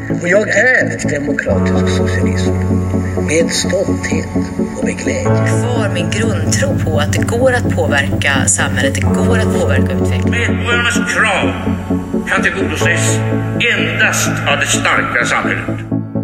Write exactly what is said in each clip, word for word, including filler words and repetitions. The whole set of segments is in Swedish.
Och jag är demokratisk socialism med stolthet och med glädje. Kvar min grundtro på att det går att påverka samhället, det går att påverka utvecklingen. Medborgarnas krav kan tillgodoses endast av det starka samhället.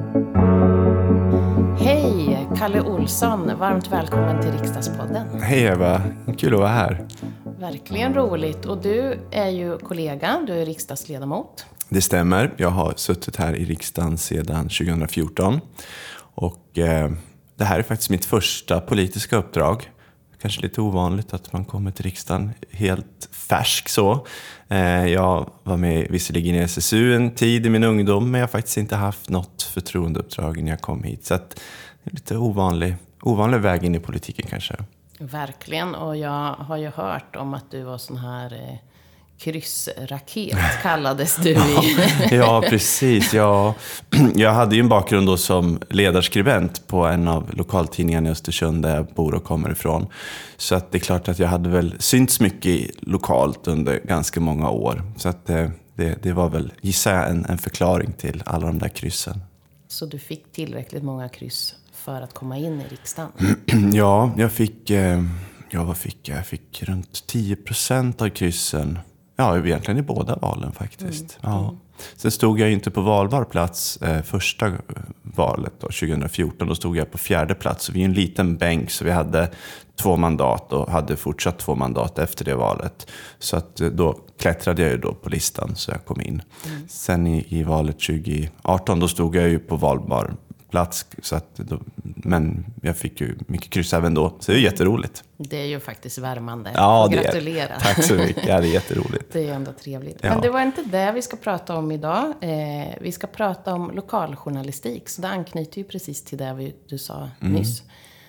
Hej, Kalle Olsson. Varmt välkommen till Riksdagspodden. Hej Eva, kul att vara här. Verkligen roligt. Och du är ju kollega, du är riksdagsledamot. Det stämmer, jag har suttit här i riksdagen sedan tjugo fjorton. Och eh, det här är faktiskt mitt första politiska uppdrag. Kanske lite ovanligt att man kommer till riksdagen helt färsk så. Eh, jag var med visserligen i S S U en tid i min ungdom, men jag har faktiskt inte haft något förtroendeuppdrag när jag kom hit. Så att det är lite ovanlig, ovanlig väg in i politiken kanske. Verkligen, och jag har ju hört om att du var sån här eh, kryssraket, kallades du i. Ja, precis. Jag, jag hade ju en bakgrund då som ledarskribent på en av lokaltidningarna i Östersund där jag bor och kommer ifrån. Så att det är klart att jag hade väl synts mycket lokalt under ganska många år. Så att det, det, det var väl, gissar jag, en, en förklaring till alla de där kryssen. Så du fick tillräckligt många kryss för att komma in i riksdagen? Ja, jag fick, ja, vad fick jag? Jag fick runt tio procent av kryssen. Ja, egentligen i båda valen faktiskt. Mm. Ja. Sen stod jag inte på valbar plats eh, första valet då, tjugo fjorton. Då stod jag på fjärde plats. Så vi är en liten bänk, så vi hade två mandat och hade fortsatt två mandat efter det valet. Så att då klättrade jag ju då på listan så jag kom in. Mm. Sen i, i valet tjugo arton då stod jag ju på valbar plats, så att då, men jag fick ju mycket kryss även då, så det är jätteroligt. Det är ju faktiskt värmande. Ja, och det gratulera. Är, tack så mycket, ja, det är jätteroligt. Det är ändå trevligt. Ja. Men det var inte det vi ska prata om idag. Eh, vi ska prata om lokaljournalistik, så det anknyter ju precis till det vi, du sa mm. nyss.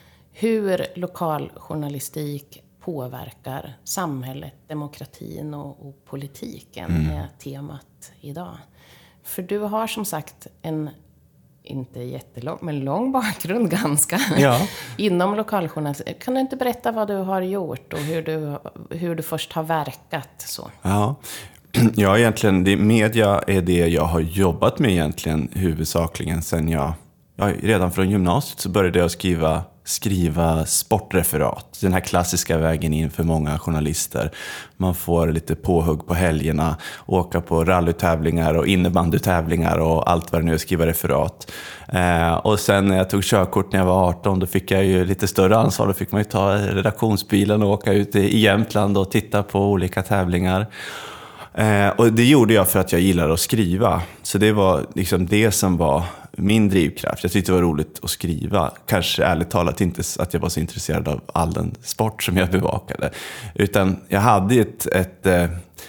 Hur lokaljournalistik påverkar samhället, demokratin och, och politiken mm. är temat idag. För du har som sagt en inte jättelång, men lång bakgrund ganska. Ja. Inom lokaljournalistik. Kan du inte berätta vad du har gjort och hur du, hur du först har verkat så? Ja, ja egentligen, det, media är det jag har jobbat med egentligen huvudsakligen sen jag, ja, redan från gymnasiet så började jag skriva skriva sportreferat. Den här klassiska vägen in för många journalister. Man får lite påhugg på helgerna, åka på rallytävlingar och innebandytävlingar och allt vad det nu är, skriva referat. Eh, och sen när jag tog körkort när jag var arton, då fick jag ju lite större ansvar. Då fick man ju ta redaktionsbilen och åka ut i Jämtland och titta på olika tävlingar. Eh, och det gjorde jag för att jag gillade att skriva. Så det var liksom det som var min drivkraft. Jag tyckte det var roligt att skriva. Kanske ärligt talat inte att jag var så intresserad av all den sport som jag bevakade. Utan jag hade ett, ett eh,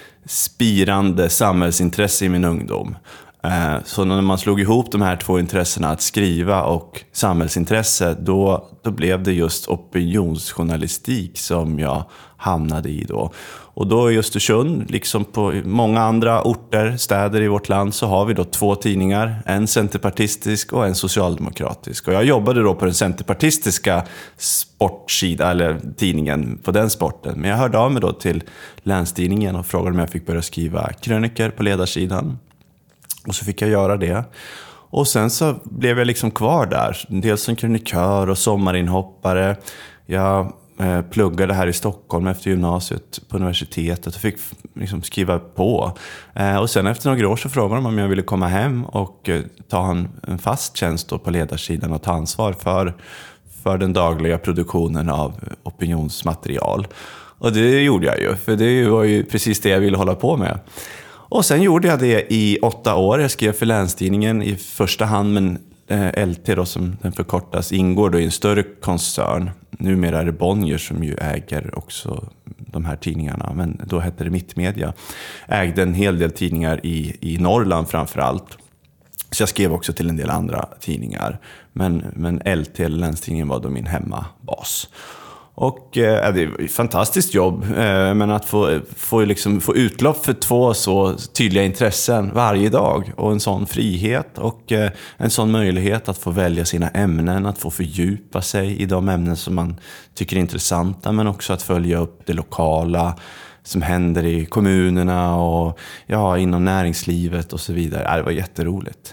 spirande samhällsintresse i min ungdom. Eh, så när man slog ihop de här två intressena, att skriva och samhällsintresse, då, då blev det just opinionsjournalistik som jag hamnade i då. Och då i Östersund, liksom på många andra orter, städer i vårt land, så har vi då två tidningar. En centerpartistisk och en socialdemokratisk. Och jag jobbade då på den centerpartistiska sportsida, eller tidningen på den sporten. Men jag hörde av mig då till Länstidningen och frågade om jag fick börja skriva kröniker på ledarsidan. Och så fick jag göra det. Och sen så blev jag liksom kvar där. Dels som krönikör och sommarinhoppare. Jag pluggade här i Stockholm efter gymnasiet på universitetet och fick liksom skriva på. Och sen efter några år så frågade de om jag ville komma hem och ta en, en fast tjänst då på ledarsidan och ta ansvar för, för den dagliga produktionen av opinionsmaterial. Och det gjorde jag ju, för det var ju precis det jag ville hålla på med. Och sen gjorde jag det i åtta år. Jag skrev för Länstidningen i första hand, men L T då, som den förkortas, ingår då i en större koncern. Numera är det Bonnier som ju äger också de här tidningarna, men då hette det Mittmedia. Ägde en hel del tidningar i, i Norrland framförallt. Så jag skrev också till en del andra tidningar. Men, men L T, eller Länstidningen, var då min hemmabas. Och eh, det är ett fantastiskt jobb, eh, men att få, få, liksom, få utlopp för två så tydliga intressen varje dag och en sån frihet och eh, en sån möjlighet att få välja sina ämnen, att få fördjupa sig i de ämnen som man tycker är intressanta, men också att följa upp det lokala som händer i kommunerna och ja, inom näringslivet och så vidare. Det var jätteroligt. Mm.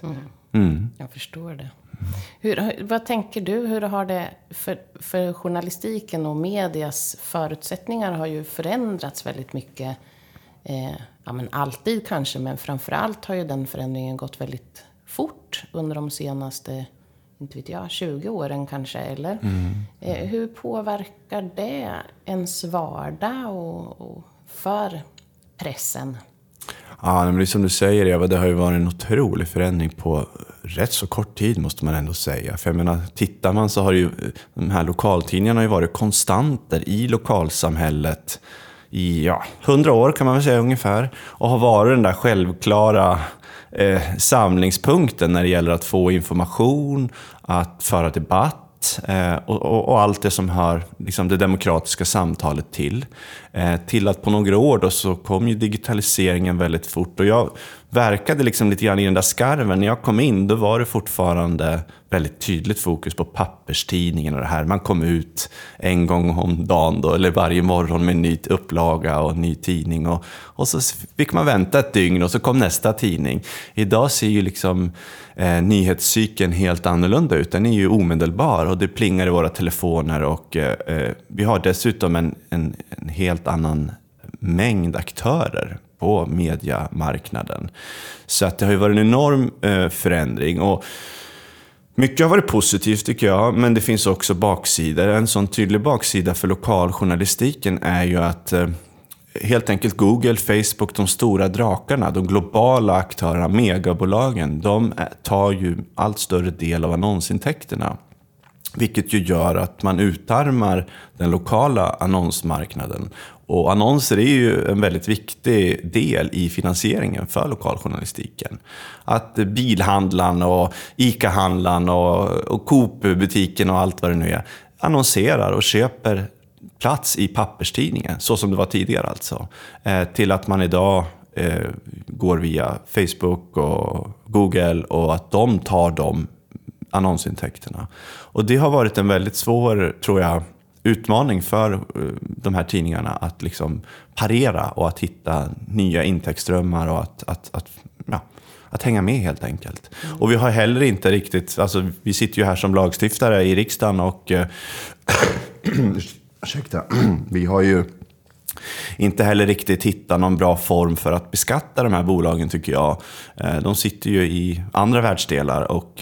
Mm. Jag förstår det. Hur, vad tänker du? Hur har det för, för journalistiken och medias förutsättningar har ju förändrats väldigt mycket. Eh, ja, men alltid kanske, men framförallt har ju den förändringen gått väldigt fort under de senaste, inte vet jag, tjugo åren kanske, eller? Mm. Eh, hur påverkar det ens vardag och, och för pressen? Ja, men det är som du säger, Eva, det har ju varit en otrolig förändring på rätt så kort tid, måste man ändå säga. För jag menar, tittar man så har ju de här lokaltidningarna har ju varit konstanter i lokalsamhället i ja, hundra år kan man väl säga ungefär. Och har varit den där självklara eh, samlingspunkten när det gäller att få information, att föra debatt. Eh, och, och, och allt det som hör liksom det demokratiska samtalet till. Eh, till att på några år då så kom ju digitaliseringen väldigt fort. Och jag verkade liksom lite grann i den där skarven. När jag kom in då var det fortfarande väldigt tydligt fokus på papperstidningen och det här. Man kom ut en gång om dagen då, eller varje morgon med en ny upplaga och en ny tidning. Och, och så fick man vänta ett dygn och så kom nästa tidning. Idag ser ju liksom eh, nyhetscykeln helt annorlunda ut. Den är ju omedelbar och det plingar i våra telefoner. Och eh, vi har dessutom en, en, en helt annan mängd aktörer på mediamarknaden. Så att det har ju varit en enorm eh, förändring. Och mycket har varit positivt tycker jag, men det finns också baksidor. En sån tydlig baksida för lokaljournalistiken är ju att eh, helt enkelt Google, Facebook, de stora drakarna, de globala aktörerna, megabolagen, de tar ju allt större del av annonsintäkterna. Vilket ju gör att man utarmar den lokala annonsmarknaden. Och annonser är ju en väldigt viktig del i finansieringen för lokaljournalistiken. Att bilhandlaren och ICA-handlaren och, och Coop-butiken och allt vad det nu är annonserar och köper plats i papperstidningen, så som det var tidigare alltså. Eh, till att man idag eh, går via Facebook och Google och att de tar de annonsintäkterna. Och det har varit en väldigt svår, tror jag, utmaning för de här tidningarna att liksom parera och att hitta nya intäktsströmmar och att, att, att, ja, att hänga med helt enkelt. Mm. Och vi har heller inte riktigt, alltså vi sitter ju här som lagstiftare i riksdagen och äh, ursäkta, vi har ju inte heller riktigt hittat någon bra form för att beskatta de här bolagen tycker jag. De sitter ju i andra världsdelar och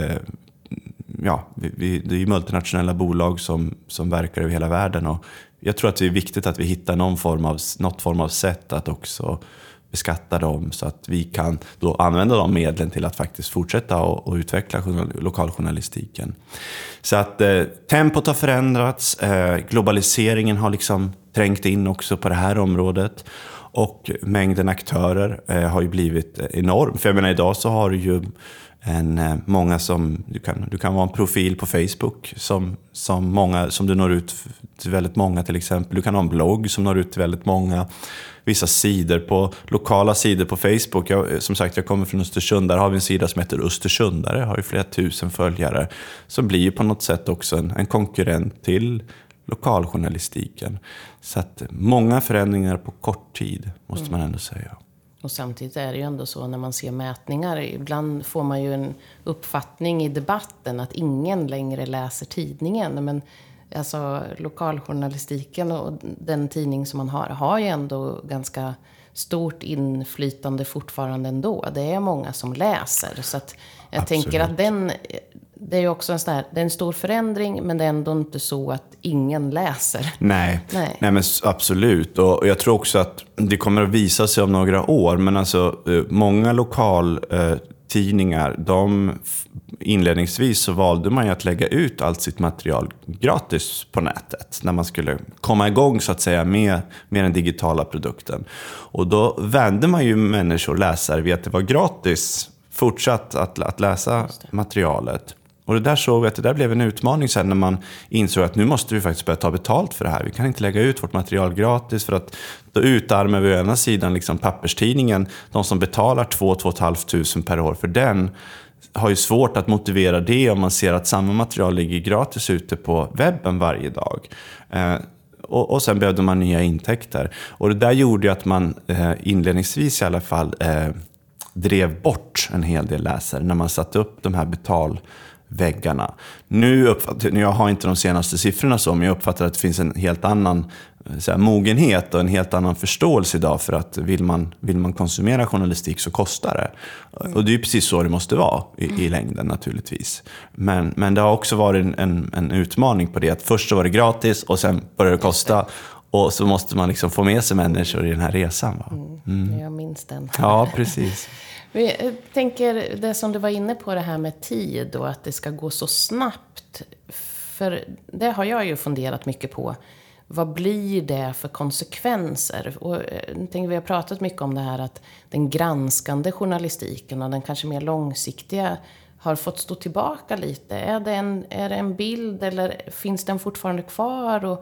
ja, vi, det är ju multinationella bolag som, som verkar över hela världen och jag tror att det är viktigt att vi hittar någon form av, något form av sätt att också beskatta dem så att vi kan då använda de medlen till att faktiskt fortsätta och, och utveckla lokaljournalistiken. Så att eh, tempot har förändrats, eh, globaliseringen har liksom trängt in också på det här området och mängden aktörer eh, har ju blivit enorm. För jag menar idag så har du ju en, eh, många som, du kan, du kan vara en profil på Facebook som, som, många, som du når ut till väldigt många till exempel. Du kan ha en blogg som når ut till väldigt många. Vissa sidor på, lokala sidor på Facebook. Jag, som sagt, jag kommer från Östersund. Där har vi en sida som heter Östersundare. Har ju flera tusen följare. Som blir ju på något sätt också en, en konkurrent till lokaljournalistiken. Så att många förändringar på kort tid måste man ändå säga. Och samtidigt är det ju ändå så när man ser mätningar. Ibland får man ju en uppfattning i debatten att ingen längre läser tidningen. Men alltså lokaljournalistiken och den tidning som man har har ju ändå ganska stort inflytande fortfarande ändå. Det är många som läser. Så att jag Absolut. tänker att den, det är ju också en sån här, det är en stor förändring men det är ändå inte så att ingen läser. Nej, Nej. Nej men absolut. Och jag tror också att det kommer att visa sig om några år. Men alltså många lokal eh, tidningar, de inledningsvis så valde man ju att lägga ut allt sitt material gratis på nätet när man skulle komma igång så att säga med, med den digitala produkten. Och då vände man ju människor, läsare, vid att det var gratis fortsatt att, att läsa materialet. Och det där såg vi att det där blev en utmaning sen när man insåg att nu måste vi faktiskt börja ta betalt för det här. Vi kan inte lägga ut vårt material gratis för att då utarmar vi å ena sidan liksom papperstidningen. De som betalar två till två och ett halvt tusen per år för den har ju svårt att motivera det om man ser att samma material ligger gratis ute på webben varje dag. Eh, och, och sen behövde man nya intäkter. Och det där gjorde ju att man eh, inledningsvis i alla fall... Eh, drev bort en hel del läsare när man satte upp de här betalväggarna. Nu uppfattar jag har inte de senaste siffrorna så, men jag uppfattar att det finns en helt annan så här, mogenhet och en helt annan förståelse idag för att vill man, vill man konsumera journalistik så kostar det. Mm. Och det är ju precis så det måste vara i, i längden naturligtvis. Men, men det har också varit en, en utmaning på det att först så var det gratis och sen började det kosta. Och så måste man liksom få med sig människor i den här resan. Va? Mm. Jag minns den. Ja, precis. Jag tänker det som du var inne på, det här med tid och att det ska gå så snabbt. För det har jag ju funderat mycket på. Vad blir det för konsekvenser? Och jag tänker, vi har pratat mycket om det här att den granskande journalistiken och den kanske mer långsiktiga har fått stå tillbaka lite. Är det en, är det en bild eller finns den fortfarande kvar? Och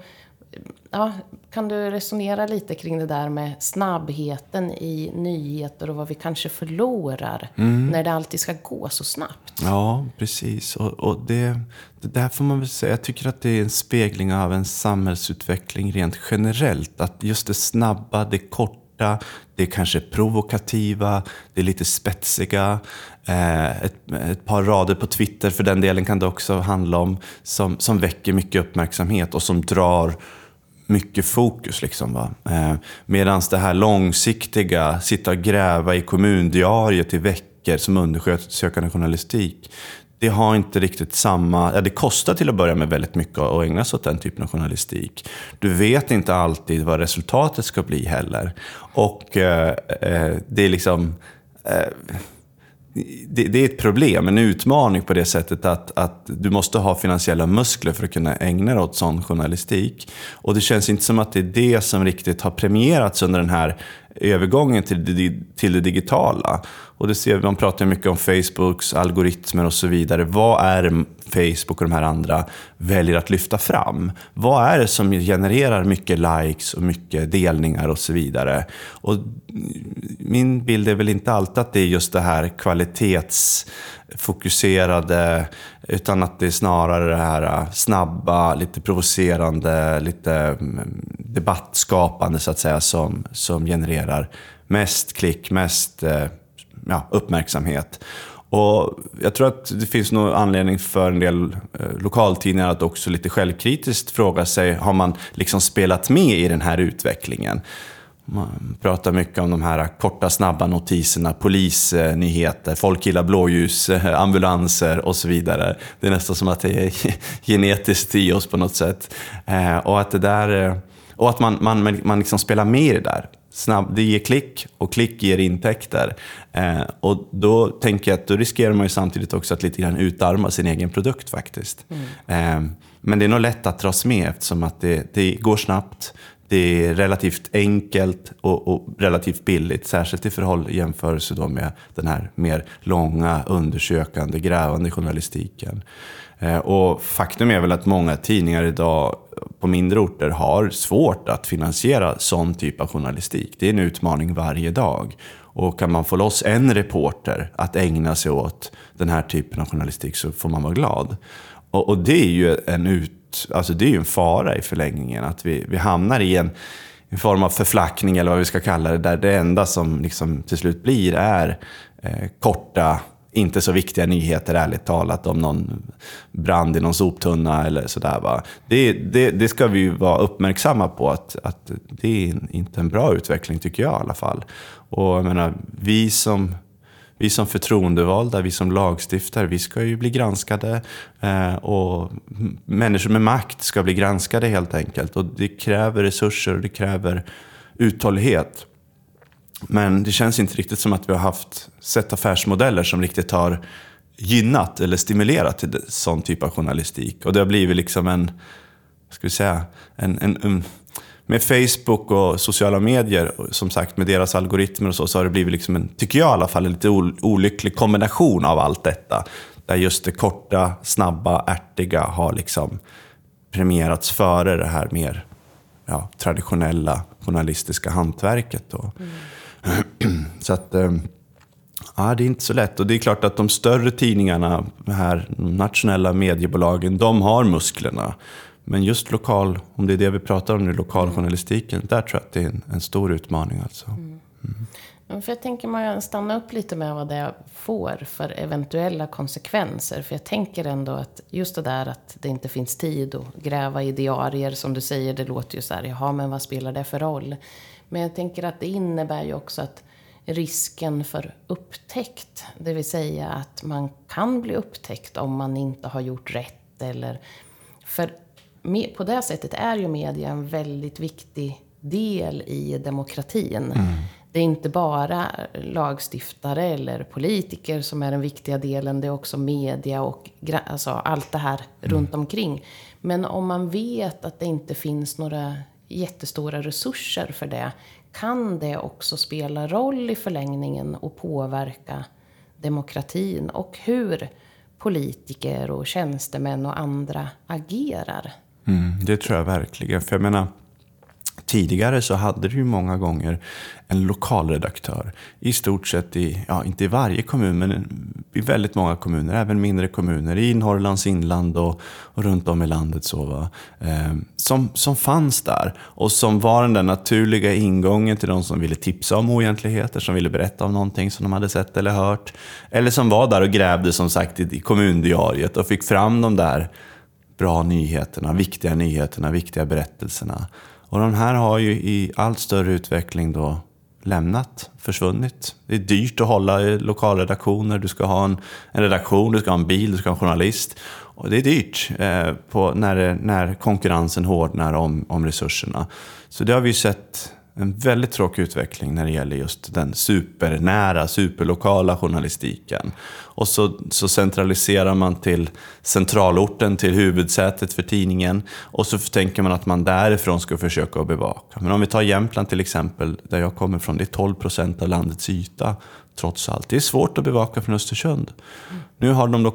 ja, kan du resonera lite kring det där med snabbheten i nyheter och vad vi kanske förlorar mm. när det alltid ska gå så snabbt? Ja, precis. Och, och det, det där får man väl säga. Jag tycker att det är en spegling av en samhällsutveckling rent generellt. Att just det snabba, det korta, det är kanske provokativa, det är lite spetsiga. Eh, ett, ett par rader på Twitter för den delen kan det också handla om som, som väcker mycket uppmärksamhet och som drar mycket fokus liksom, va? Eh, medan det här långsiktiga, sitta och gräva i kommundiariet i veckor som undersökande journalistik, det har inte riktigt samma, ja, det kostar till att börja med väldigt mycket att ägna sig åt den typen av journalistik. Du vet inte alltid vad resultatet ska bli heller. Och eh, eh, det är liksom eh, Det, det är ett problem, en utmaning på det sättet att, att du måste ha finansiella muskler för att kunna ägna dig åt sån journalistik. Och det känns inte som att det är det som riktigt har premierats under den här övergången till det, till det digitala. Och det ser vi, man pratar mycket om Facebooks algoritmer och så vidare. Vad är det Facebook och de här andra väljer att lyfta fram? Vad är det som genererar mycket likes och mycket delningar och så vidare? Och min bild är väl inte alltid att det är just det här kvalitetsfokuserade, utan att det är snarare det här snabba, lite provocerande, lite debattskapande så att säga som, som genererar mest klick, mest ja, uppmärksamhet. Och jag tror att det finns någon anledning för en del eh, lokaltidningar att också lite självkritiskt fråga sig, har man liksom spelat med i den här utvecklingen? Man pratar mycket om de här korta, snabba notiserna, polisnyheter, folk gillar blåljus, ambulanser och så vidare. Det är nästan som att det är genetiskt i oss på något sätt. Eh, och att det där, och att man, man, man liksom spelar med i det där. Snabb, det ger klick och klick ger intäkter. Eh, och då tänker jag att då riskerar man ju samtidigt också att lite grann utarma sin egen produkt faktiskt. Mm. Eh, men det är nog lätt att dras med eftersom att det, det går snabbt. Det är relativt enkelt och, och relativt billigt, särskilt i förhåll jämförelse då med den här mer långa, undersökande, grävande journalistiken. Eh, och faktum är väl att många tidningar idag på mindre orter har svårt att finansiera sån typ av journalistik. Det är en utmaning varje dag. Och kan man få loss en reporter att ägna sig åt den här typen av journalistik så får man vara glad. Och, och det är ju en ut, alltså det är ju en fara i förlängningen att vi, vi hamnar i en, en form av förflackning eller vad vi ska kalla det, där det enda som liksom till slut blir är eh, korta, inte så viktiga nyheter, ärligt talat, om någon brand i någon soptunna eller sådär. Va? Det, det, det ska vi ju vara uppmärksamma på att, att det är inte en bra utveckling tycker jag i alla fall. Och jag menar, vi som, vi som förtroendevalda, vi som lagstiftare, vi ska ju bli granskade eh, och människor med makt ska bli granskade helt enkelt. Och det kräver resurser och det kräver uthållighet. Men det känns inte riktigt som att vi har haft sett affärsmodeller som riktigt har gynnat eller stimulerat till sån typ av journalistik. Och det har blivit liksom en, ska vi säga, en, en, en med Facebook och sociala medier, som sagt med deras algoritmer och så, så har det blivit liksom en, tycker jag i alla fall, en lite olycklig kombination av allt detta. Där just det korta, snabba, ärtiga har liksom premierats före det här mer ja, traditionella journalistiska hantverket då. Mm. Så att ja, det är inte så lätt. Och det är klart att de större tidningarna, här, de nationella mediebolagen, de har musklerna. Men just lokal, om det är det vi pratar om nu, lokaljournalistiken, där tror jag att det är en, en stor utmaning alltså. Mm. Mm. För jag tänker man stanna upp lite med vad det får för eventuella konsekvenser. För jag tänker ändå att just det där att det inte finns tid att gräva i diarier, som du säger, det låter ju så här, jaha, men vad spelar det för roll? Men jag tänker att det innebär ju också att risken för upptäckt, det vill säga att man kan bli upptäckt om man inte har gjort rätt. Eller, för på det sättet är ju media en väldigt viktig del i demokratin. Mm. Det är inte bara lagstiftare eller politiker som är den viktiga delen. Det är också media och alltså allt det här mm. runt omkring. Men om man vet att det inte finns några jättestora resurser för det, kan det också spela roll i förlängningen och påverka demokratin och hur politiker och tjänstemän och andra agerar. Mm, det tror jag verkligen. För jag menar, tidigare så hade du ju många gånger en lokalredaktör. I stort sett i, ja inte i varje kommun, men i väldigt många kommuner, även mindre kommuner i Norrlands inland och, och runt om i landet så va. Eh, som, som fanns där och som var den där naturliga ingången till de som ville tipsa om oegentligheter, som ville berätta om någonting som de hade sett eller hört. Eller som var där och grävde som sagt i, i kommundiariet och fick fram de där bra nyheterna, viktiga nyheterna, viktiga berättelserna. Och de här har ju i allt större utveckling då lämnat, försvunnit. Det är dyrt att hålla i lokalredaktioner. Du ska ha en, en redaktion, du ska ha en bil, du ska ha en journalist. Och det är dyrt eh, på när, när konkurrensen hårdnar om, om resurserna. Så det har vi sett en väldigt tråkig utveckling när det gäller just den supernära, superlokala journalistiken. Och så, så centraliserar man till centralorten, till huvudsätet för tidningen. Och så tänker man att man därifrån ska försöka att bevaka. Men om vi tar Jämtland till exempel, där jag kommer från, det är tolv procent av landets yta. Trots allt. Det är svårt att bevaka från Östersund. Mm. Nu har de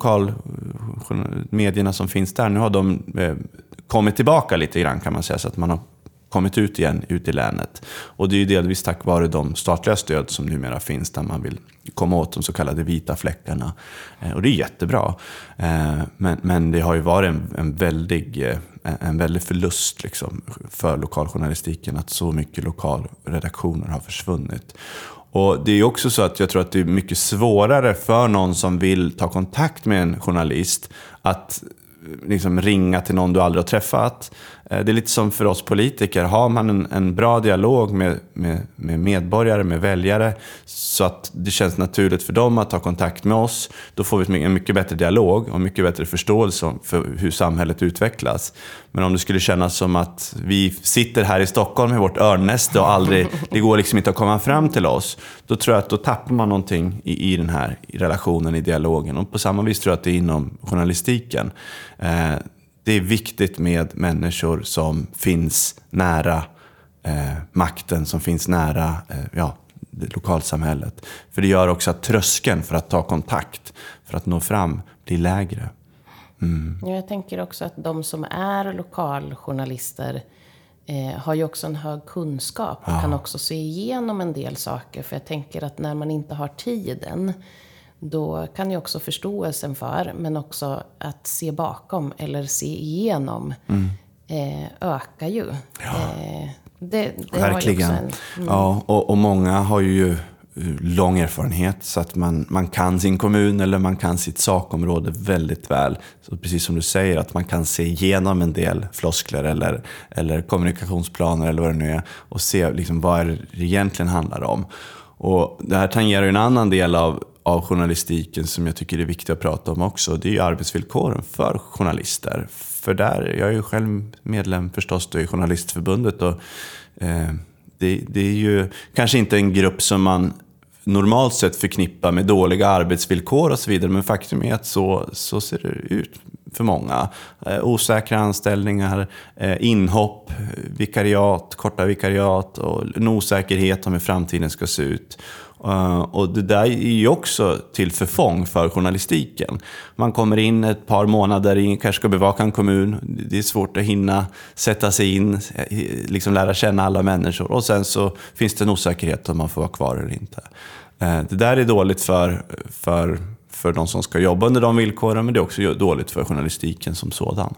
lokalmedierna som finns där, nu har de eh, kommit tillbaka lite grann kan man säga, så att man har kommit ut igen ut i länet. Och det är ju delvis tack vare de statliga stöd som numera finns där man vill komma åt de så kallade vita fläckarna. Eh, och det är jättebra. Eh, men, men det har ju varit en, en, väldig, eh, en väldig förlust liksom, för lokaljournalistiken att så mycket lokalredaktioner har försvunnit. Och det är också så att jag tror att det är mycket svårare för någon som vill ta kontakt med en journalist att liksom ringa till någon du aldrig har träffat. Det är lite som för oss politiker. Har man en, en bra dialog med, med, med medborgare, med väljare, så att det känns naturligt för dem att ta kontakt med oss, då får vi en mycket bättre dialog och mycket bättre förståelse för hur samhället utvecklas. Men om det skulle kännas som att vi sitter här i Stockholm med vårt örnnäste och aldrig, det går liksom inte att komma fram till oss, då tror jag att då tappar man någonting i, i den här i relationen, i dialogen. Och på samma vis tror jag att det är inom journalistiken. Eh, Det är viktigt med människor som finns nära eh, makten, som finns nära eh, ja, det lokalsamhället. För det gör också att tröskeln för att ta kontakt, för att nå fram, blir lägre. Mm. Jag tänker också att de som är lokaljournalister eh, har ju också en hög kunskap och ja. kan också se igenom en del saker. För jag tänker att när man inte har tiden, då kan ju också förståelsen för, men också att se bakom eller se igenom mm. eh, ökar ju. Ja. Eh, det, det Verkligen. Har ju också en, mm. Ja, och, och många har ju lång erfarenhet så att man, man kan sin kommun eller man kan sitt sakområde väldigt väl. Så precis som du säger, att man kan se igenom en del floskler eller, eller kommunikationsplaner eller vad det nu är och se liksom vad det egentligen handlar om. Och det här tangerar ju en annan del av av journalistiken som jag tycker är viktigt att prata om också. Det är ju arbetsvillkoren för journalister. För där, jag är ju själv medlem förstås då i Journalistförbundet och eh, det, det är ju kanske inte en grupp som man normalt sett förknippar med dåliga arbetsvillkor och så vidare, men faktum är att så, så ser det ut för många. Eh, osäkra anställningar, eh, inhopp, vikariat, korta vikariat och en osäkerhet om hur framtiden ska se ut. Uh, och det där är ju också till förfång för journalistiken. Man kommer in ett par månader i, kanske ska bevaka en kommun. Det är svårt att hinna sätta sig in, liksom lära känna alla människor. Och sen så finns det en osäkerhet om man får vara kvar eller inte. Uh, det där är dåligt för, för, för de som ska jobba under de villkoren, men det är också dåligt för journalistiken som sådan.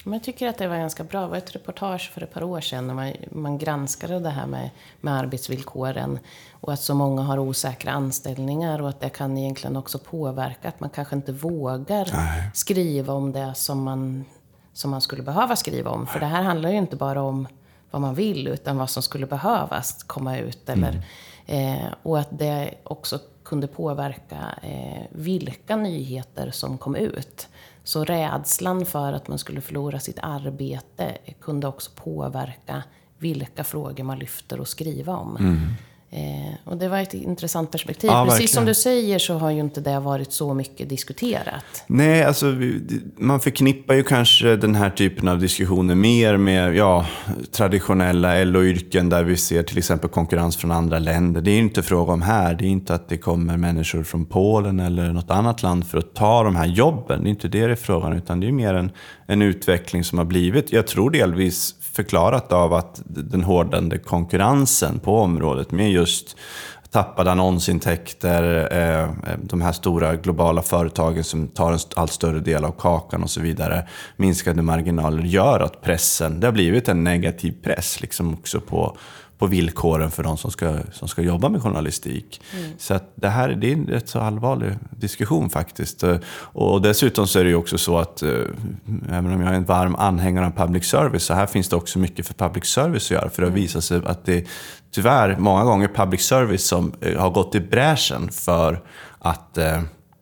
Men jag tycker att det var ganska bra. Det var ett reportage för ett par år sedan när man, man granskade det här med, med arbetsvillkoren. Och att så många har osäkra anställningar och att det kan egentligen också påverka att man kanske inte vågar Nej. skriva om det som man, som man skulle behöva skriva om. För det här handlar ju inte bara om vad man vill utan vad som skulle behövas komma ut. Eller, mm. eh, och att det också kunde påverka eh, vilka nyheter som kom ut. Så rädslan för att man skulle förlora sitt arbete kunde också påverka vilka frågor man lyfter och skriva om. Mm. Eh, och det var ett intressant perspektiv. Ja, precis verkligen. Som du säger så har ju inte det varit så mycket diskuterat. Nej, alltså man förknippar ju kanske den här typen av diskussioner mer med ja, traditionella L O-yrken där vi ser till exempel konkurrens från andra länder. Det är inte fråga om här. Det är inte att det kommer människor från Polen eller något annat land för att ta de här jobben. Det är inte det det är frågan, utan det är mer en, en utveckling som har blivit, jag tror delvis förklarat av att den hårdande konkurrensen på området med just tappade annonsintäkter, eh, de här stora globala företagen som tar en allt större del av kakan och så vidare, minskade marginaler gör att pressen, det har blivit en negativ press liksom också på på villkoren för de som ska, som ska jobba med journalistik. Mm. Så att det här det är en rätt så allvarlig diskussion faktiskt. Och dessutom så är det ju också så att även om jag är en varm anhängare av public service så här finns det också mycket för public service att göra för att mm. visa sig att det tyvärr många gånger public service som har gått i bräschen för att eh,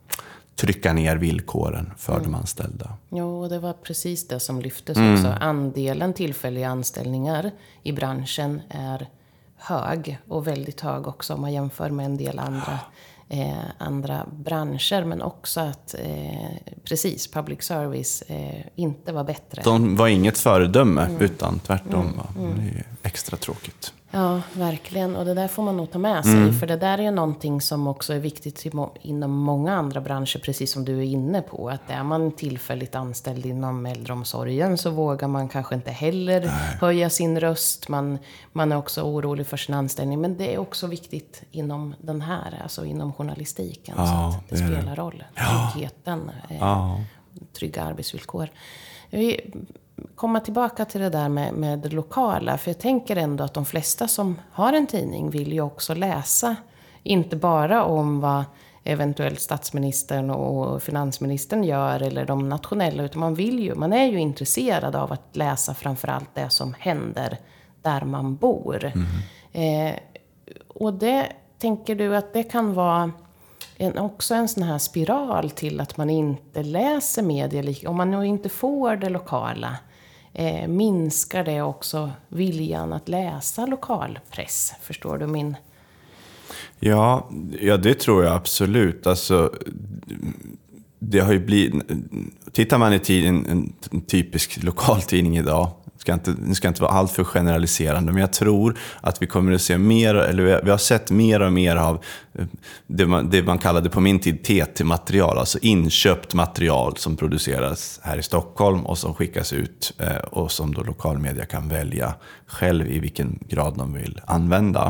trycka ner villkoren för mm. de anställda. Jo, det var precis det som lyftes mm. också. Andelen tillfälliga anställningar i branschen är hög och väldigt hög också om man jämför med en del andra, eh, andra branscher. Men också att eh, precis public service eh, inte var bättre. De var inget föredöme mm. utan tvärtom. Mm. Mm. Det är extra tråkigt. Ja, verkligen. Och det där får man nog ta med sig. Mm. För det där är ju någonting som också är viktigt inom många andra branscher, precis som du är inne på. Att är man tillfälligt anställd inom äldreomsorgen så vågar man kanske inte heller Nej. höja sin röst. Man, man är också orolig för sin anställning. Men det är också viktigt inom den här, alltså inom journalistiken. Ja, så att det, det spelar det. roll. Tryggheten, ja. Ja. Trygga arbetsvillkor. Vi komma tillbaka till det där med, med det lokala. För jag tänker ändå att de flesta som har en tidning vill ju också läsa. Inte bara om vad eventuellt statsministern och finansministern gör eller de nationella. Utan man vill ju, man är ju intresserad av att läsa framförallt det som händer där man bor. Mm. Eh, och det tänker du att det kan vara En, också en sån här spiral till att man inte läser media. Om man nu inte får det lokala eh, minskar det också viljan att läsa lokalpress. Förstår du min? Ja, ja det tror jag absolut. Alltså, det har ju blivit, tittar man i tiden, en, en typisk lokaltidning idag, ska inte, det ska inte vara allt för generaliserande, men jag tror att vi kommer att se mer, eller vi har sett mer och mer av det man, det man kallade på min tid T T-material, alltså inköpt material som produceras här i Stockholm och som skickas ut och som då lokalmedia kan välja själv i vilken grad de vill använda.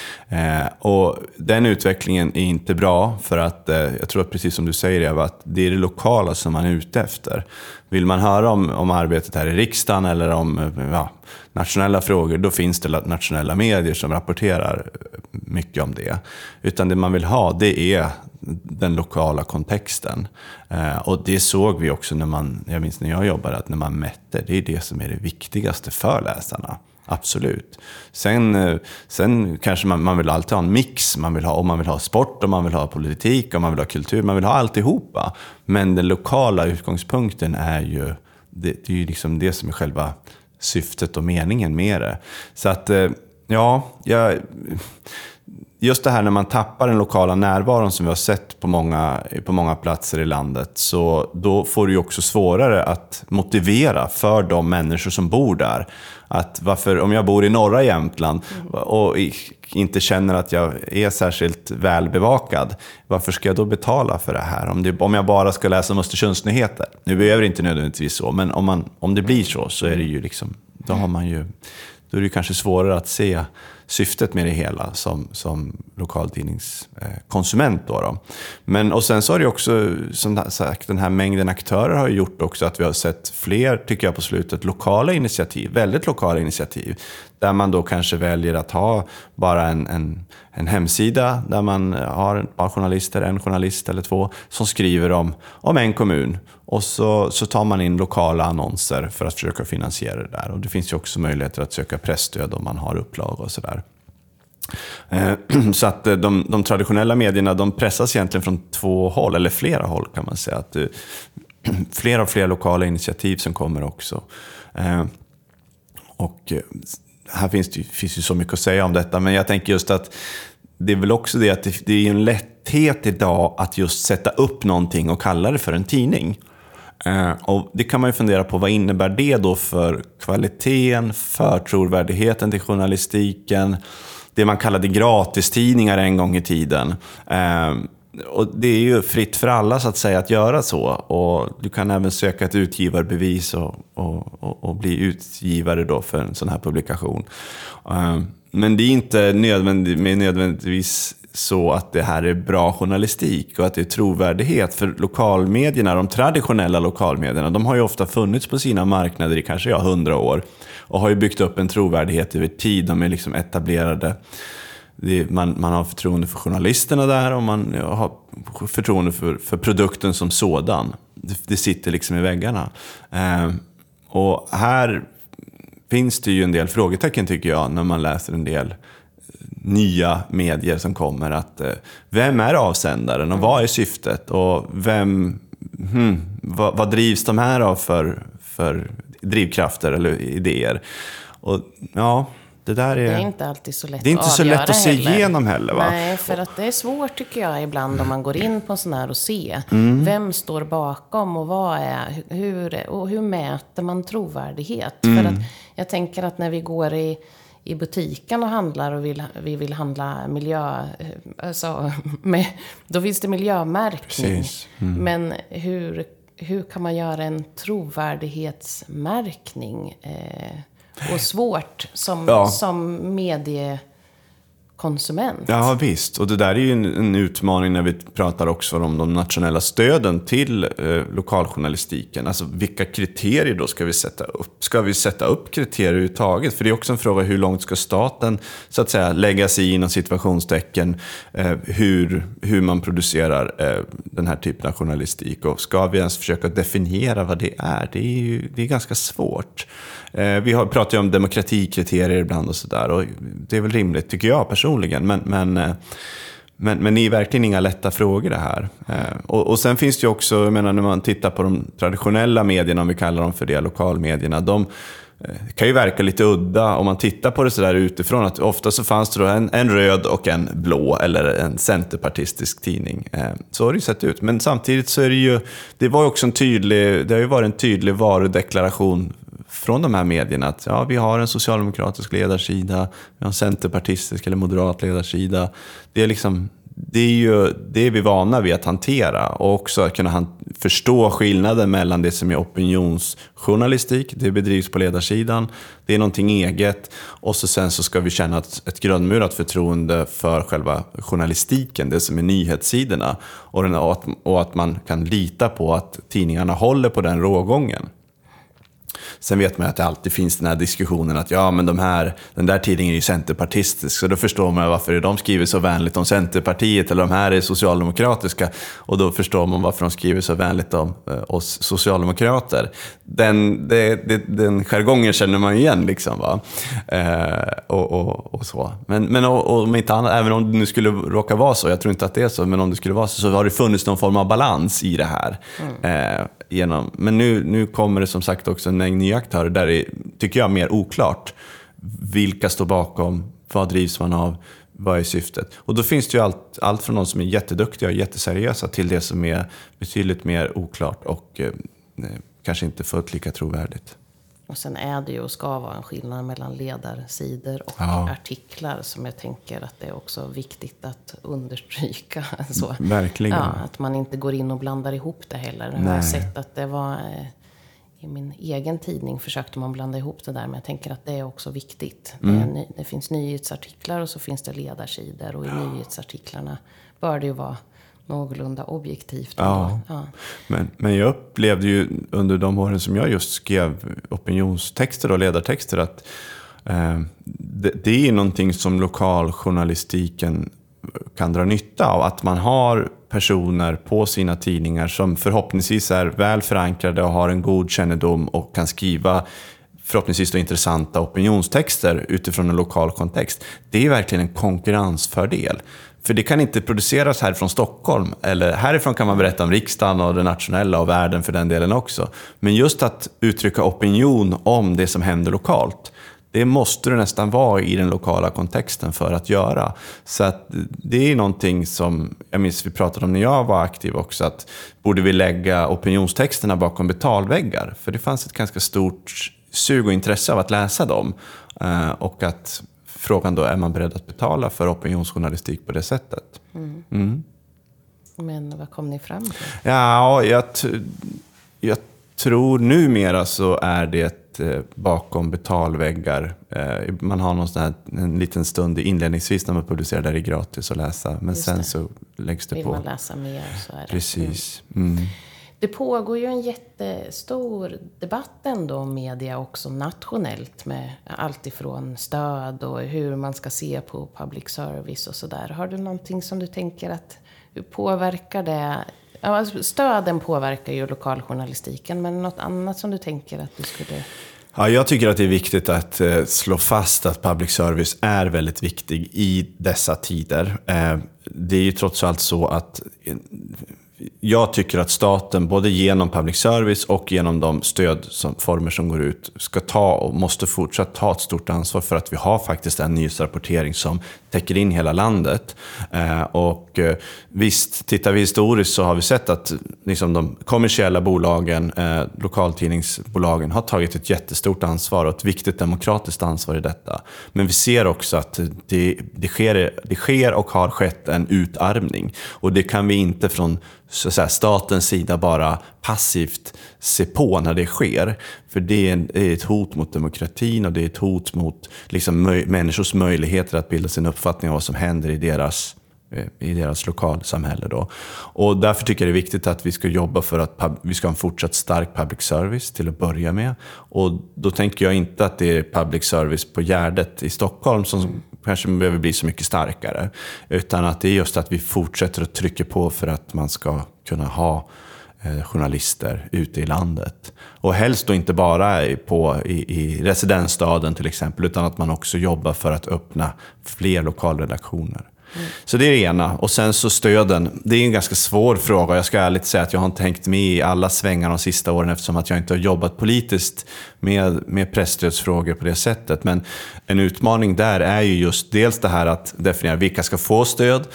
Och den utvecklingen är inte bra för att jag tror att precis som du säger Eva, att det är det lokala som man är ute efter. Vill man höra om, om arbetet här i riksdagen eller om ja, nationella frågor, då finns det nationella medier som rapporterar mycket om det. Utan det man vill ha, det är den lokala kontexten. Eh, och det såg vi också när man, jag minns när jag jobbade, att när man mätte, det är det som är det viktigaste för läsarna. Absolut. Sen, sen kanske man, man vill alltid ha en mix. Man vill ha, om man vill ha sport, om man vill ha politik, om man vill ha kultur. Man vill ha alltihopa. Men den lokala utgångspunkten är ju det, det är ju liksom det som är själva syftet och meningen med det. Så att, ja, jag... Just det här när man tappar den lokala närvaron som vi har sett på många, på många platser i landet, så då får det ju också svårare att motivera för de människor som bor där. Att varför, om jag bor i norra Jämtland och inte känner att jag är särskilt välbevakad, varför ska jag då betala för det här? Om, det, om jag bara ska läsa om Östersundsnyheter. Nu behöver det inte nödvändigtvis så, men om, man, om det blir så så är det ju liksom, då har man ju, då är det kanske svårare att se syftet med det hela som, som lokaltidningskonsument. Då då. Men, och sen så har det också, som sagt, den här mängden aktörer har gjort också att vi har sett fler, tycker jag på slutet, lokala initiativ, väldigt lokala initiativ. Där man då kanske väljer att ha bara en, en, en hemsida där man har ett par journalister, en journalist eller två, som skriver om, om en kommun. Och så, så tar man in lokala annonser för att försöka finansiera det där. Och det finns ju också möjligheter att söka pressstöd om man har upplag och sådär. Så att de, de traditionella medierna, de pressas egentligen från två håll, eller flera håll kan man säga. Att fler och fler lokala initiativ som kommer också. Och här finns det finns ju så mycket att säga om detta, men jag tänker just att det är väl också det att det, det är en lätthet idag att just sätta upp någonting och kalla det för en tidning. Eh, och det kan man ju fundera på, vad innebär det då för kvaliteten, för trovärdigheten till journalistiken, det man kallade gratistidningar en gång i tiden. Eh, och det är ju fritt för alla så att säga att göra så, och du kan även söka ett utgivarbevis och, och, och, och bli utgivare då för en sån här publikation. Eh, men det är inte nödvändigt, med nödvändigtvis så att det här är bra journalistik och att det är trovärdighet, för lokalmedierna, de traditionella lokalmedierna, de har ju ofta funnits på sina marknader i kanske ja, hundra år och har ju byggt upp en trovärdighet över tid. De är liksom etablerade. Det, man, man har förtroende för journalisterna där, och man har förtroende för, för produkten som sådan. Det, det sitter liksom i väggarna. Eh, och här finns det ju en del frågetecken tycker jag när man läser en del nya medier som kommer, att eh, vem är avsändaren och vad är syftet, och vem hmm, vad, vad drivs de här av för, för drivkrafter eller idéer. Och ja, det där är, det är inte alltid så lätt det är inte att så lätt att se heller. igenom heller, va? Nej, för att det är svårt tycker jag ibland om man går in på en sån här och se mm. vem står bakom och vad är, hur, och hur mäter man trovärdighet. Mm. För att jag tänker att när vi går i i butiken och handlar och vill, vi vill handla miljö, alltså, med, då finns det miljömärkning. Mm. Men hur, hur kan man göra en trovärdighetsmärkning? Eh, och svårt som, ja. som mediekonsument. Ja visst, och det där är ju en, en utmaning när vi pratar också om de nationella stöden till eh, lokaljournalistiken. Alltså vilka kriterier då ska vi sätta upp? Ska vi sätta upp kriterier överhuvudtaget? För det är också en fråga, hur långt ska staten så att säga lägga sig i inom situationstecken eh, hur, hur man producerar eh, den här typen av journalistik, och ska vi ens försöka definiera vad det är? Det är ju det är ganska svårt. Eh, vi har pratat ju om demokratikriterier ibland och sådär, och det är väl rimligt tycker jag personligen. Men, men, men, men det är verkligen inga lätta frågor det här. Och, och sen finns det ju också, jag menar, när man tittar på de traditionella medierna, om vi kallar dem för det, lokalmedierna, de kan ju verka lite udda om man tittar på det så där utifrån, att ofta så fanns det då en, en röd och en blå eller en centerpartistisk tidning. Så har det ju sett ut. Men samtidigt så är det ju, det var ju också en tydlig, det har ju varit en tydlig varudeklaration från de här medierna, att ja, vi har en socialdemokratisk ledarsida, vi har en centerpartistisk eller moderat ledarsida. Det är liksom, det är ju det är vi vana vid att hantera, och också att kunna han- förstå skillnaden mellan det som är opinionsjournalistik, det bedrivs på ledarsidan, det är någonting eget, och så sen så ska vi känna ett, ett grundmurat förtroende för själva journalistiken, det som är nyhetssidorna, och, den, och, att, och att man kan lita på att tidningarna håller på den rågången. Sen vet man att det alltid finns den här diskussionen att ja, men de här, den där tidningen är ju centerpartistisk, så då förstår man varför de skriver så vänligt om Centerpartiet, eller de här är socialdemokratiska, och då förstår man varför de skriver så vänligt om eh, oss socialdemokrater. Den, det, det, den jargongen känner man igen liksom, va? Eh, och, och, och så. Men, men och, och om inte annat, även om det nu skulle råka vara så, jag tror inte att det är så, men om det skulle vara så, så har det funnits någon form av balans i det här. Mm. Eh, genom, men nu, nu kommer det som sagt också en mängd nya aktörer där det, tycker jag, mer oklart vilka står bakom, vad drivs man av, vad är syftet. Och då finns det ju allt, allt från de som är jätteduktiga och jätteseriösa till det som är betydligt mer oklart och eh, kanske inte fullt lika trovärdigt. Och sen är det ju och ska vara en skillnad mellan ledarsidor och ja. artiklar, som jag tänker att det är också viktigt att understryka. Så, verkligen. Ja, att man inte går in och blandar ihop det heller. Jag har sett att det var i min egen tidning försökte man blanda ihop det där. Men jag tänker att det är också viktigt. Mm. Det, är ny, det finns nyhetsartiklar och så finns det ledarsidor. Och i nyhetsartiklarna bör det ju vara någorlunda objektivt. Ja. Ja. Men, men jag upplevde ju under de åren som jag just skrev opinionstexter och ledartexter att eh, det, det är någonting som lokaljournalistiken kan dra nytta av. Att man har personer på sina tidningar som förhoppningsvis är väl förankrade och har en god kännedom och kan skriva förhoppningsvis då intressanta opinionstexter utifrån en lokal kontext. Det är verkligen en konkurrensfördel. För det kan inte produceras här från Stockholm. Eller härifrån kan man berätta om riksdagen och det nationella och världen för den delen också. Men just att uttrycka opinion om det som händer lokalt, det måste det nästan vara i den lokala kontexten för att göra. Så att det är någonting som, jag minns vi pratade om när jag var aktiv också, att borde vi lägga opinionstexterna bakom betalväggar? För det fanns ett ganska stort sug och intresse av att läsa dem. Och att frågan då, är man beredd att betala för opinionsjournalistik på det sättet? Mm. Mm. Men vad kom ni fram till? Ja, jag, t- jag tror numera så är det bakom betalväggar. Man har någon sån här, en liten stund inledningsvis när man publicerar där det är gratis att läsa. Men Just sen det. så läggs det Vill på. man läsa mer så är det. Precis. Mm. Det pågår ju en jättestor debatt ändå om media också nationellt med allt ifrån stöd och hur man ska se på public service och sådär. Har du någonting som du tänker att hur påverkar det? Ja, alltså, stöden påverkar ju lokaljournalistiken, men något annat som du tänker att du skulle... Ja, jag tycker att det är viktigt att eh, slå fast att public service är väldigt viktig i dessa tider. Eh, det är ju trots allt så att eh, jag tycker att staten både genom public service och genom de stödformer som går ut ska ta och måste fortsatt ta ett stort ansvar för att vi har faktiskt en nyhetsrapportering som täcker in hela landet. Eh, och eh, visst, tittar vi historiskt så har vi sett att liksom, de kommersiella bolagen, eh, lokaltidningsbolagen har tagit ett jättestort ansvar och ett viktigt demokratiskt ansvar i detta. Men vi ser också att det, det, sker, det sker och har skett en utarmning. Och det kan vi inte från så att säga, statens sida bara passivt se på när det sker. För det är ett hot mot demokratin och det är ett hot mot liksom, möj- människors möjligheter att bilda sin uppfattning av vad som händer i deras, i deras lokalsamhälle. Då. Och därför tycker jag det är viktigt att vi ska jobba för att pub- vi ska ha en fortsatt stark public service till att börja med. Och då tänker jag inte att det är public service på Gärdet i Stockholm som kanske behöver bli så mycket starkare. Utan att det är just att vi fortsätter att trycka på för att man ska kunna ha eh, journalister ute i landet. Och helst då inte bara på, i, i residensstaden till exempel, utan att man också jobbar för att öppna fler lokalredaktioner. Mm. Så det är det ena. Och sen så stöden, det är en ganska svår fråga. Jag ska ärligt säga att jag har inte tänkt med i alla svängar de sista åren eftersom att jag inte har jobbat politiskt med, med pressstödsfrågor på det sättet. Men en utmaning där är ju just dels det här att definiera vilka ska få stöd.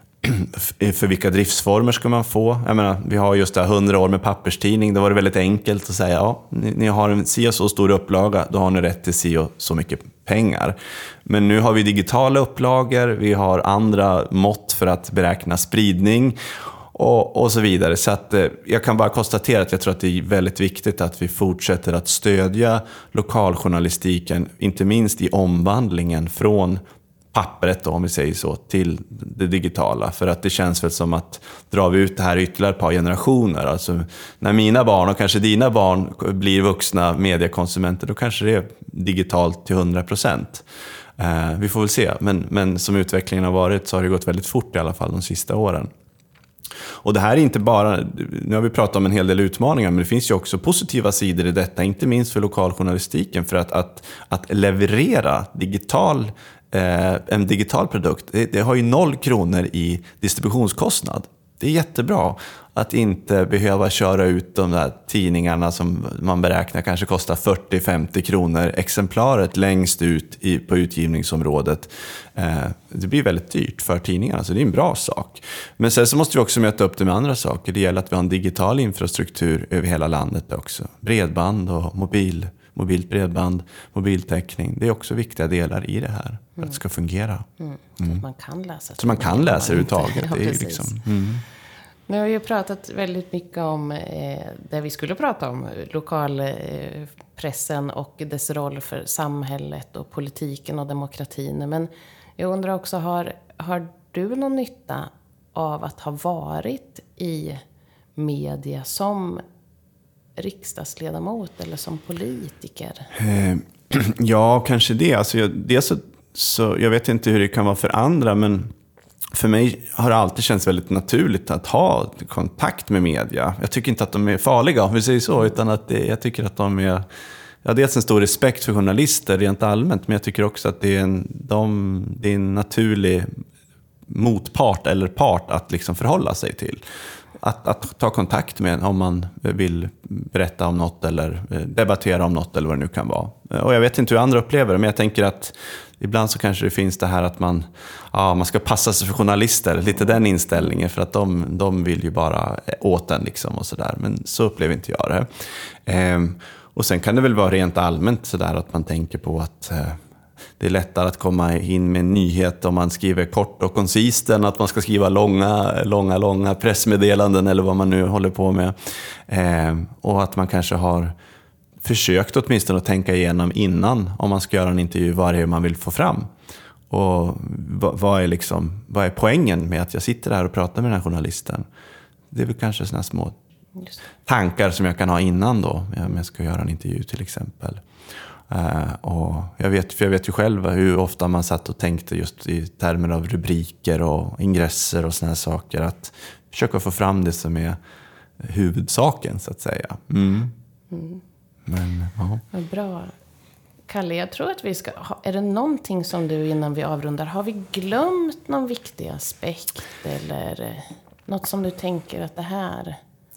För vilka driftsformer ska man få? Jag menar, vi har just det här hundra år med papperstidning. Då var det väldigt enkelt att säga, ja, ni, ni har en si och så stor upplaga, då har ni rätt till si och så mycket pengar. Men nu har vi digitala upplagor, vi har andra mått för att beräkna spridning och, och så vidare. Så att, eh, jag kan bara konstatera att jag tror att det är väldigt viktigt att vi fortsätter att stödja lokaljournalistiken, inte minst i omvandlingen från pappret då, om vi säger så, till det digitala. För att det känns väl som att drar vi ut det här ytterligare ett par generationer, alltså när mina barn och kanske dina barn blir vuxna mediekonsumenter, då kanske det är digitalt till hundra procent. Eh, vi får väl se, men, men som utvecklingen har varit så har det gått väldigt fort i alla fall de sista åren. Och det här är inte bara, nu har vi pratat om en hel del utmaningar, men det finns ju också positiva sidor i detta, inte minst för lokaljournalistiken, för att, att, att leverera digital en digital produkt, det, det har ju noll kronor i distributionskostnad. Det är jättebra att inte behöva köra ut de där tidningarna som man beräknar kanske kostar fyrtio till femtio kronor exemplaret längst ut i, på utgivningsområdet. Eh, det blir väldigt dyrt för tidningarna, så det är en bra sak. Men sen så måste vi också möta upp det med andra saker. Det gäller att vi har en digital infrastruktur över hela landet också. Bredband och mobil mobilt bredband, mobiltäckning. Det är också viktiga delar i det här för mm. att det ska fungera. Mm. Så att man kan läsa. Så man kan läsa överhuvudtaget. Ja, det är liksom, mm. Nu har vi ju pratat väldigt mycket om eh, det vi skulle prata om, lokalpressen eh, och dess roll för samhället och politiken och demokratin. Men jag undrar också, har, har du någon nytta av att ha varit i media som riksdagsledamot eller som politiker? Eh, ja, kanske det. Alltså, jag, det så, så, jag vet inte hur det kan vara för andra, men för mig har det alltid känts väldigt naturligt att ha kontakt med media. Jag tycker inte att de är farliga, om vi säger så, utan att det, jag tycker att de är... Ja, dels en stor respekt för journalister rent allmänt, men jag tycker också att det är en, de, det är en naturlig motpart eller part att liksom förhålla sig till. Att, att ta kontakt med om man vill berätta om något eller debattera om något eller vad det nu kan vara. Och jag vet inte hur andra upplever det, men jag tänker att ibland så kanske det finns det här att man, ja, man ska passa sig för journalister. Lite den inställningen, för att de, de vill ju bara åt den liksom och sådär. Men så upplever inte jag det. Ehm, och sen kan det väl vara rent allmänt sådär att man tänker på att eh, det är lättare att komma in med en nyhet om man skriver kort och koncist än att man ska skriva långa, långa, långa pressmeddelanden eller vad man nu håller på med. Eh, och att man kanske har försökt åtminstone att tänka igenom innan om man ska göra en intervju vad det är man vill få fram. Och vad, vad, är liksom, vad är poängen med att jag sitter här och pratar med den här journalisten? Det är väl kanske såna små tankar som jag kan ha innan då, om jag ska göra en intervju till exempel. Uh, och jag vet, för jag vet ju själv hur ofta man satt och tänkte just i termer av rubriker och ingresser och såna här saker, att försöka få fram det som är huvudsaken så att säga. Mm. Mm. Men, ja. Bra. Kalle, jag tror att vi ska ha, är det någonting som du innan vi avrundar, har vi glömt någon viktig aspekt eller något som du tänker att det här...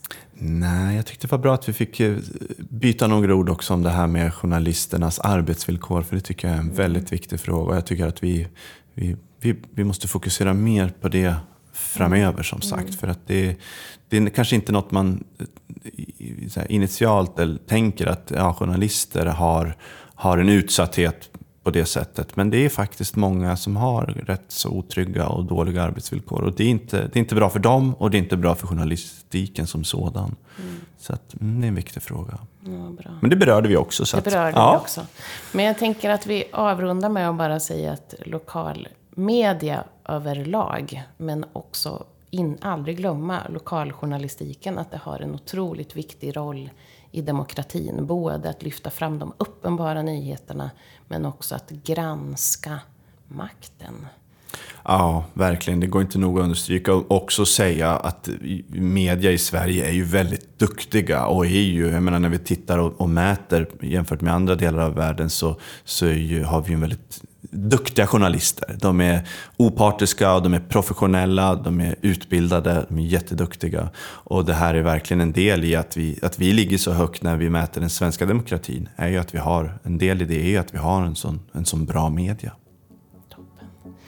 Nej, jag tyckte det var bra att vi fick byta några ord också om det här med journalisternas arbetsvillkor, för det tycker jag är en väldigt viktig fråga. Jag tycker att vi, vi, vi, vi måste fokusera mer på det framöver som sagt. Mm. För att det, det är kanske inte något man så här, initialt eller tänker att ja, journalister har, har en utsatthet på det sättet. Men det är faktiskt många som har rätt så otrygga och dåliga arbetsvillkor. Och det är inte, det är inte bra för dem och det är inte bra för journalistiken som sådan. Mm. Så att, mm, det är en viktig fråga. Ja, bra. Men det berörde vi också. Så det berörde att, ja. vi också. Men jag tänker att vi avrundar med att bara säga att lokalmedia överlag, men också in, aldrig glömma lokaljournalistiken, att det har en otroligt viktig roll i demokratin. Både att lyfta fram de uppenbara nyheterna, men också att granska makten. Ja, verkligen. Det går inte nog att understryka. Och också säga att media i Sverige är ju väldigt duktiga. Och är ju, jag menar, när vi tittar och, och mäter jämfört med andra delar av världen så, så är ju, har vi ju väldigt duktiga journalister. De är opartiska och de är professionella, de är utbildade, de är jätteduktiga. Och det här är verkligen en del i att vi, att vi ligger så högt när vi mäter den svenska demokratin. Är ju att vi har, en del i det är ju att vi har en sån, en sån bra media. Toppen.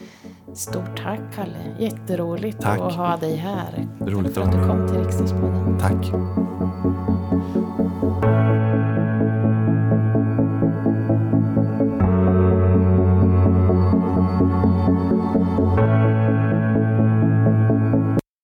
Stort tack, Kalle. Jätteroligt tack. Att ha dig här. Roligt att du kom till Riksdagspodden. Tack.